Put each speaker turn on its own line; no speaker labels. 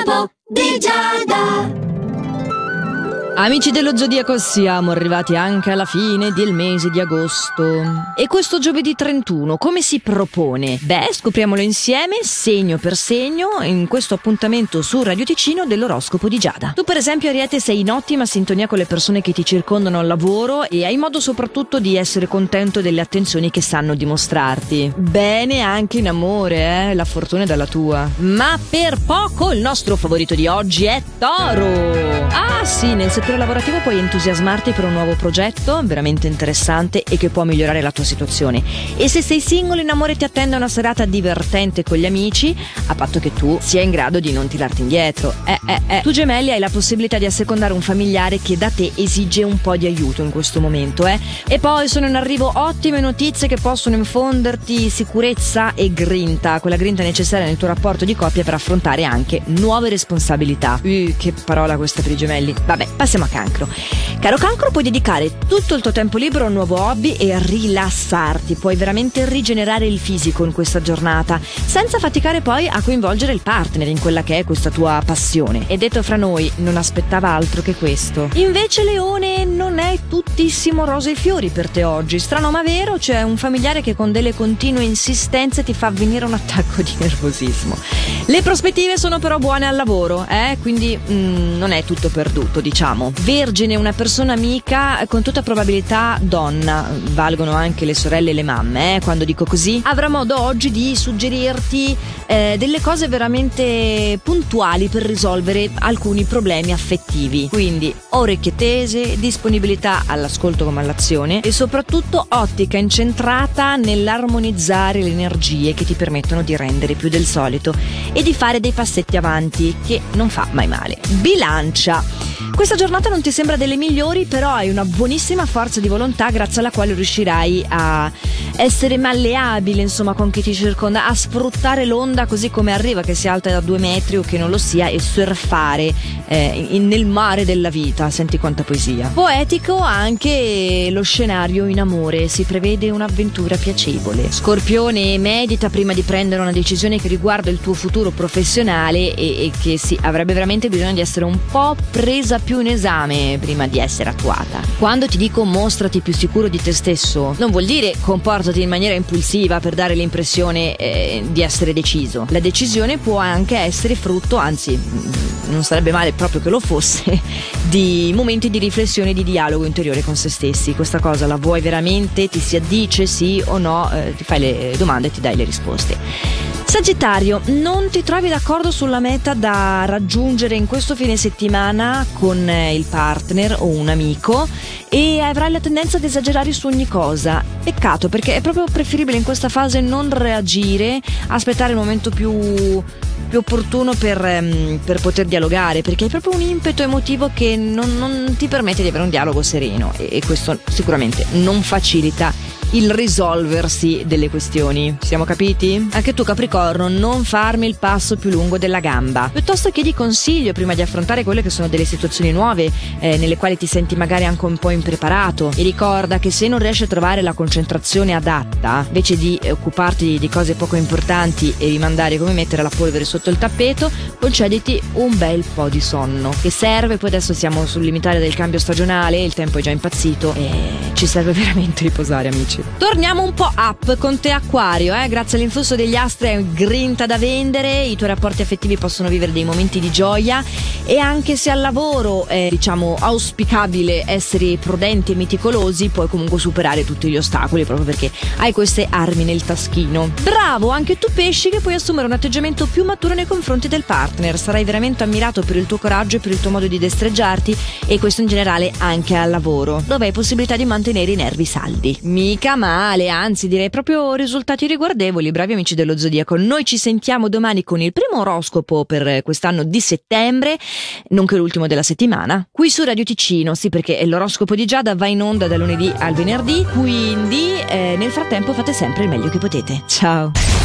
L'oroscopo di Giada.
Amici dello Zodiaco, siamo arrivati anche alla fine del mese di agosto. E questo giovedì 31 come si propone? Beh, scopriamolo insieme, segno per segno, in questo appuntamento su Radio Ticino dell'oroscopo di Giada. Tu per esempio, Ariete, sei in ottima sintonia con le persone che ti circondano al lavoro e hai modo soprattutto di essere contento delle attenzioni che sanno dimostrarti. Bene anche in amore, la fortuna è dalla tua. Ma per poco il nostro favorito di oggi è Toro. Ah sì, nel settore lavorativo puoi entusiasmarti per un nuovo progetto veramente interessante e che può migliorare la tua situazione. E se sei single, in amore ti attende una serata divertente con gli amici, a patto che tu sia in grado di non tirarti indietro. Tu, Gemelli, hai la possibilità di assecondare un familiare che da te esige un po' di aiuto in questo momento, E poi sono in arrivo ottime notizie che possono infonderti sicurezza e grinta, quella grinta necessaria nel tuo rapporto di coppia per affrontare anche nuove responsabilità. Che parola questa per i Gemelli. Vabbè, passiamo a Cancro. Caro Cancro, puoi dedicare tutto il tuo tempo libero a un nuovo hobby e rilassarti. Puoi veramente rigenerare il fisico in questa giornata, senza faticare poi a coinvolgere il partner in quella che è questa tua passione. E detto fra noi, non aspettava altro che questo. Invece, Leone, non è tuttissimo rose e fiori per te oggi. Strano ma vero, c'è un familiare che con delle continue insistenze ti fa venire un attacco di nervosismo. Le prospettive sono però buone al lavoro, quindi non è tutto perduto, diciamo. Vergine, una persona amica, con tutta probabilità donna, valgono anche le sorelle e le mamme, quando dico così, avrà modo oggi di suggerirti delle cose veramente puntuali per risolvere alcuni problemi affettivi. Quindi orecchie tese, disponibilità all'ascolto come all'azione e soprattutto ottica incentrata nell'armonizzare le energie che ti permettono di rendere più del solito e di fare dei passetti avanti, che non fa mai male. Bilancia. Questa giornata non ti sembra delle migliori, però hai una buonissima forza di volontà grazie alla quale riuscirai a essere malleabile, insomma, con chi ti circonda, a sfruttare l'onda così come arriva, che sia alta da 2 metri o che non lo sia, e surfare nel mare della vita. Senti quanta poesia. Poetico anche lo scenario in amore, si prevede un'avventura piacevole. Scorpione, medita prima di prendere una decisione che riguarda il tuo futuro professionale e che avrebbe veramente bisogno di essere un po' presa più in esame prima di essere attuata. Quando ti dico mostrati più sicuro di te stesso, non vuol dire comportati in maniera impulsiva per dare l'impressione di essere deciso. La decisione può anche essere frutto, anzi non sarebbe male proprio che lo fosse, di momenti di riflessione e di dialogo interiore con se stessi. Questa cosa la vuoi veramente? Ti si addice sì o no? Ti fai le domande e ti dai le risposte. Sagittario, non ti trovi d'accordo sulla meta da raggiungere in questo fine settimana con il partner o un amico e avrai la tendenza ad esagerare su ogni cosa. Peccato, perché è proprio preferibile in questa fase non reagire, aspettare il momento più opportuno per poter dialogare, perché hai proprio un impeto emotivo che non ti permette di avere un dialogo sereno e questo sicuramente non facilita il risolversi delle questioni. Siamo capiti? Anche tu, Capricorno, non farmi il passo più lungo della gamba. Piuttosto chiedi consiglio prima di affrontare quelle che sono delle situazioni nuove nelle quali ti senti magari anche un po' impreparato, e ricorda che se non riesci a trovare la concentrazione adatta, invece di occuparti di cose poco importanti e rimandare come mettere la polvere sotto il tappeto, concediti un bel po' di sonno che serve. Poi adesso siamo sul limitare del cambio stagionale, il tempo è già impazzito e ci serve veramente riposare, amici. Torniamo un po' up con te, Acquario, grazie all'influsso degli astri hai grinta da vendere, i tuoi rapporti affettivi possono vivere dei momenti di gioia e anche se al lavoro è auspicabile essere prudenti e meticolosi, puoi comunque superare tutti gli ostacoli proprio perché hai queste armi nel taschino. Bravo anche tu, Pesci, che puoi assumere un atteggiamento più maturo nei confronti del partner. Sarai veramente ammirato per il tuo coraggio e per il tuo modo di destreggiarti, e questo in generale anche al lavoro, dove hai possibilità di mantenere i nervi saldi. Mica male, anzi direi proprio risultati riguardevoli. Bravi amici dello Zodiaco. Noi ci sentiamo domani con il primo oroscopo per quest'anno di settembre, nonché l'ultimo della settimana, qui su Radio Ticino. Sì, perché l'oroscopo di Giada va in onda da lunedì al venerdì, quindi nel frattempo fate sempre il meglio che potete. Ciao.